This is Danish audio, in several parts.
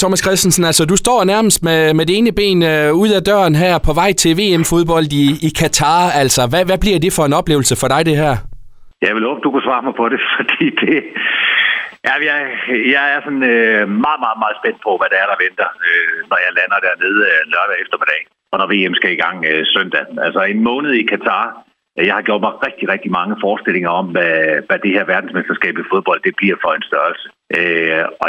Thomas Christensen, altså du står nærmest med det ene ben ud af døren her på vej til VM-fodbold i Katar. Altså, hvad bliver det for en oplevelse for dig, det her? Jeg vil håbe, du kunne svare mig på det, fordi det... Ja, jeg er sådan meget, meget, meget spændt på, hvad det er, der venter, når jeg lander dernede lørdag eftermiddag, og når VM skal i gang søndag. Altså en måned i Katar. Jeg har gjort mig rigtig, rigtig mange forestillinger om, hvad det her verdensmesterskab i fodbold det bliver for en størrelse. Og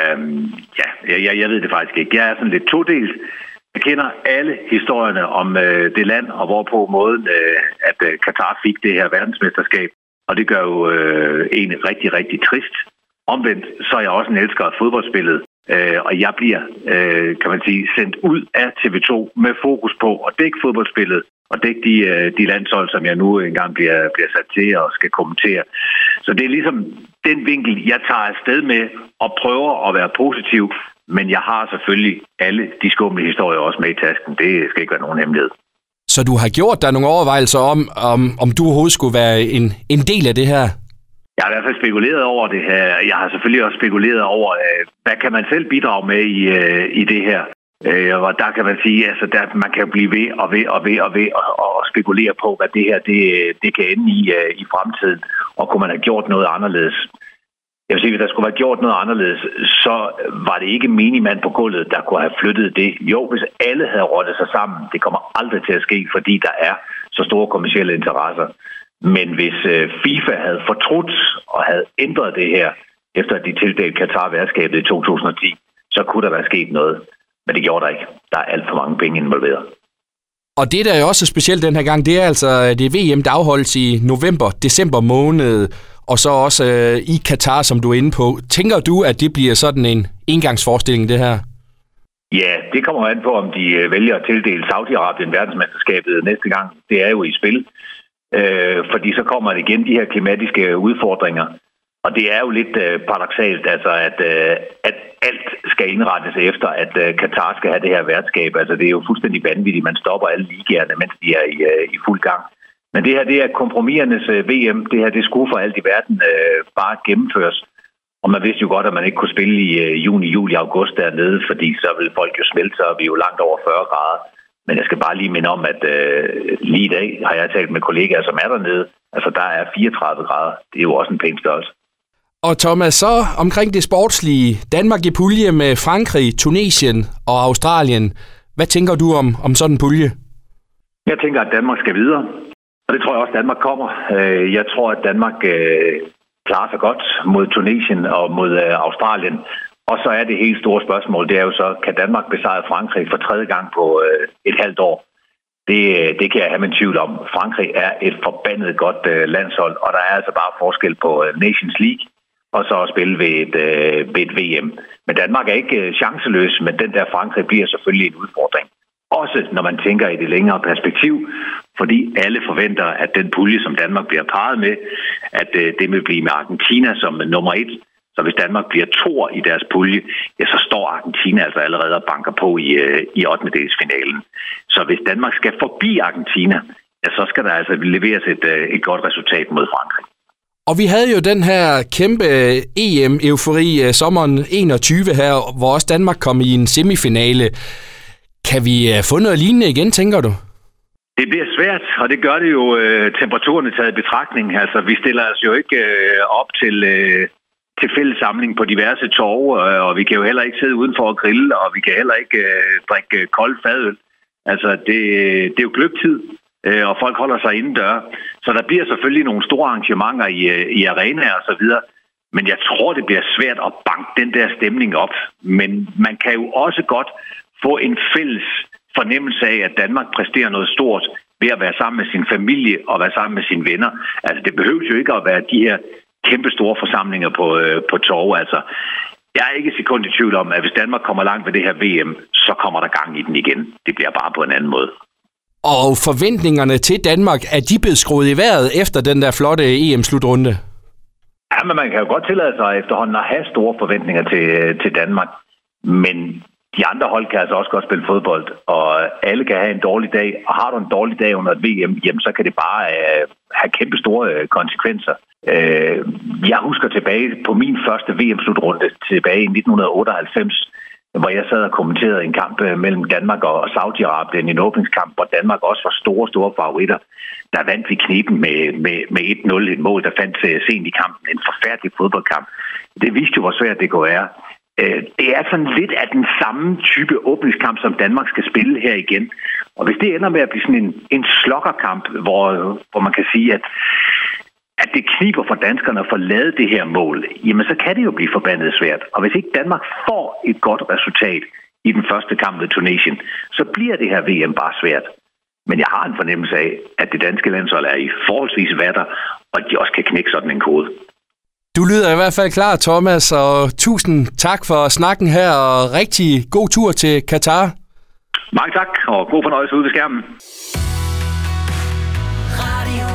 jeg ved det faktisk ikke. Jeg er sådan lidt todelt. Jeg kender alle historierne om det land, og hvorpå måden, at Katar fik det her verdensmesterskab. Og det gør jo egentlig rigtig, rigtig trist. Omvendt, så er jeg også en elsker af fodboldspillet. Og jeg bliver, kan man sige, sendt ud af TV2 med fokus på at dække fodboldspillet og dække de landshold, som jeg nu engang bliver sat til og skal kommentere. Så det er ligesom den vinkel, jeg tager afsted med og prøver at være positiv, men jeg har selvfølgelig alle de skumle historier også med i tasken. Det skal ikke være nogen hemmelighed. Så du har gjort dig nogle overvejelser om du overhovedet skulle være en del af det her? Jeg har i hvert fald spekuleret over det her. Jeg har selvfølgelig også spekuleret over, hvad kan man selv bidrage med i det her. Og der kan man sige, altså, at man kan blive ved og spekulere på, hvad det her det kan ende i fremtiden. Og kunne man have gjort noget anderledes? Jeg vil sige, hvis der skulle have gjort noget anderledes, så var det ikke minimand på gulvet, der kunne have flyttet det. Jo, hvis alle havde rottet sig sammen, det kommer aldrig til at ske, fordi der er så store kommercielle interesser. Men hvis FIFA havde fortrudt og havde ændret det her, efter at de tildelte Katar værtskabet i 2010, så kunne der være sket noget. Men det gjorde der ikke. Der er alt for mange penge involveret. Og det, der er også specielt den her gang, det er altså det VM, der afholdes i november-december måned, og så også i Katar, som du er inde på. Tænker du, at det bliver sådan en engangsforestilling, det her? Ja, det kommer an på, om de vælger at tildele Saudi-Arabien verdensmesterskabet næste gang. Det er jo i spil. Fordi så kommer det igen de her klimatiske udfordringer. Og det er jo lidt paradoksalt, altså at alt skal indrettes efter, at Katar skal have det her værtskab. Altså det er jo fuldstændig vanvittigt. Man stopper alle ligaerne, mens de er i fuld gang. Men det her, det er kompromisernes VM. Det her, det skulle for alt i verden bare gennemføres. Og man vidste jo godt, at man ikke kunne spille i juni, juli, august dernede, fordi så vil folk jo smelte, så vi er jo langt over 40 grader. Men jeg skal bare lige minde om, at lige i dag har jeg talt med kollegaer, som er dernede. Altså, der er 34 grader. Det er jo også en pæn størrelse. Og Thomas, så omkring det sportslige. Danmark i pulje med Frankrig, Tunesien og Australien. Hvad tænker du om sådan en pulje? Jeg tænker, at Danmark skal videre. Og det tror jeg også, Danmark kommer. Jeg tror, at Danmark klarer sig godt mod Tunesien og mod Australien. Og så er det helt store spørgsmål, det er jo så, kan Danmark besejre Frankrig for tredje gang på et halvt år? Det kan jeg have min tvivl om. Frankrig er et forbandet godt landshold, og der er altså bare forskel på Nations League, og så at spille ved et VM. Men Danmark er ikke chanceløs, men den der Frankrig bliver selvfølgelig en udfordring. Også når man tænker i det længere perspektiv, fordi alle forventer, at den pulje, som Danmark bliver parret med, at det vil blive med Argentina som nummer 1. Så hvis Danmark bliver toer i deres pulje, ja, så står Argentina altså allerede og banker på i 8. Så hvis Danmark skal forbi Argentina, ja, så skal der altså leveres et godt resultat mod Frankrig. Og vi havde jo den her kæmpe EM-eufori sommeren 21 her, hvor også Danmark kom i en semifinale. Kan vi få noget lignende igen, tænker du? Det bliver svært, og det gør det jo temperaturerne taget i betragtning. Altså, vi stiller os jo ikke op til fælles samling på diverse torve, og vi kan jo heller ikke sidde udenfor og grille, og vi kan heller ikke drikke kold fadøl. Altså, det er jo gløbtid, og folk holder sig indendør. Så der bliver selvfølgelig nogle store arrangementer i arenaer og så videre, men jeg tror, det bliver svært at banke den der stemning op. Men man kan jo også godt få en fælles fornemmelse af, at Danmark præsterer noget stort ved at være sammen med sin familie og være sammen med sine venner. Altså, det behøver jo ikke at være de her kæmpe store forsamlinger på torve. Altså, jeg er ikke sekund i tvivl om, at hvis Danmark kommer langt ved det her VM, så kommer der gang i den igen. Det bliver bare på en anden måde. Og forventningerne til Danmark, er de blevet skruet i vejret efter den der flotte EM-slutrunde? Ja, men man kan jo godt tillade sig efterhånden at have store forventninger til Danmark. Men de andre hold kan altså også godt spille fodbold, og alle kan have en dårlig dag. Og har du en dårlig dag under et VM, jamen, så kan det bare have kæmpe store konsekvenser. Jeg husker tilbage på min første VM-slutrunde tilbage i 1998. hvor jeg sad og kommenterede en kamp mellem Danmark og Saudi-Arabien, en åbningskamp, hvor Danmark også var store favoritter. Der vandt vi kniben med 1-0, et mål, der fandt sent i kampen. En forfærdelig fodboldkamp. Det viste jo, hvor svært det kunne være. Det er sådan lidt af den samme type åbningskamp, som Danmark skal spille her igen. Og hvis det ender med at blive sådan en slokkerkamp, hvor man kan sige, at det kniber for danskerne at få lavet det her mål, jamen så kan det jo blive forbandet svært. Og hvis ikke Danmark får et godt resultat i den første kamp ved Tunesien, så bliver det her VM bare svært. Men jeg har en fornemmelse af, at det danske landshold er i forholdsvis vatter, og de også kan knække sådan en kode. Du lyder i hvert fald klar, Thomas, og tusind tak for snakken her, og rigtig god tur til Katar. Mange tak, og god fornøjelse ude ved skærmen. Radio